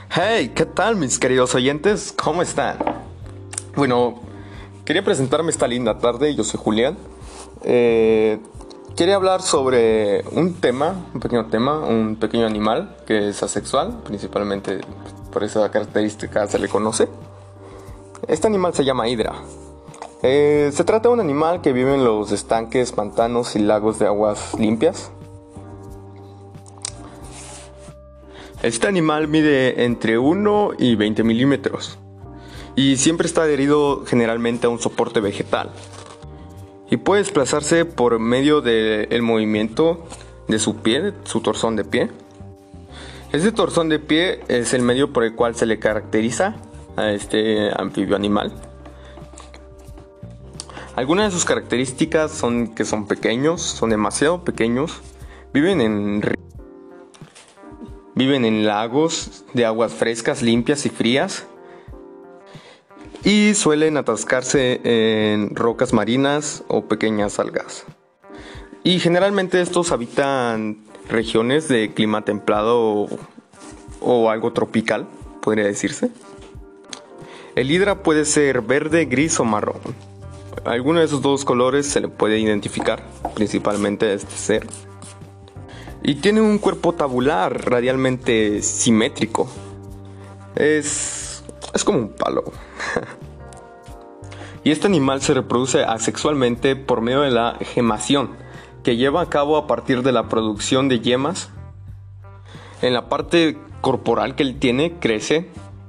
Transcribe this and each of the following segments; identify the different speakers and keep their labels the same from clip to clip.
Speaker 1: Hey, ¿qué tal mis queridos oyentes? ¿Cómo están? Bueno, quería presentarme esta linda tarde, yo soy Julián. Quería hablar sobre un tema, un pequeño animal que es asexual, principalmente por esa característica se le conoce. Este animal se llama hidra. Se trata de un animal que vive en los estanques, pantanos y lagos de aguas limpias. Este animal mide entre 1 y 20 milímetros y siempre está adherido generalmente a un soporte vegetal y puede desplazarse por medio del movimiento de su pie, su torzón de pie. Este torzón de pie es el medio por el cual se le caracteriza a este anfibio animal. Algunas de sus características son que son pequeños, son demasiado pequeños, viven en lagos de aguas frescas, limpias y frías y suelen atascarse en rocas marinas o pequeñas algas. Y generalmente estos habitan regiones de clima templado o algo tropical, podría decirse. El hidra puede ser verde, gris o marrón. Alguno de esos dos colores se le puede identificar, principalmente a este ser. Y tiene un cuerpo tabular, radialmente simétrico. Es como un palo. Y este animal se reproduce asexualmente por medio de la gemación, que lleva a cabo a partir de la producción de yemas. En la parte corporal que él tiene, crece.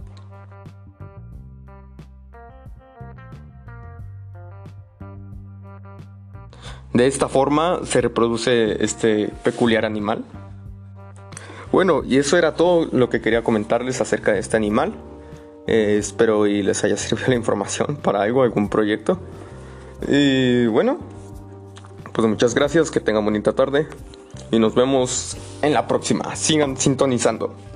Speaker 1: De esta forma se reproduce este peculiar animal. Bueno, y eso era todo lo que quería comentarles acerca de este animal. Espero y les haya servido la información para algún proyecto. Y bueno, pues muchas gracias, que tengan bonita tarde y nos vemos en la próxima. Sigan sintonizando.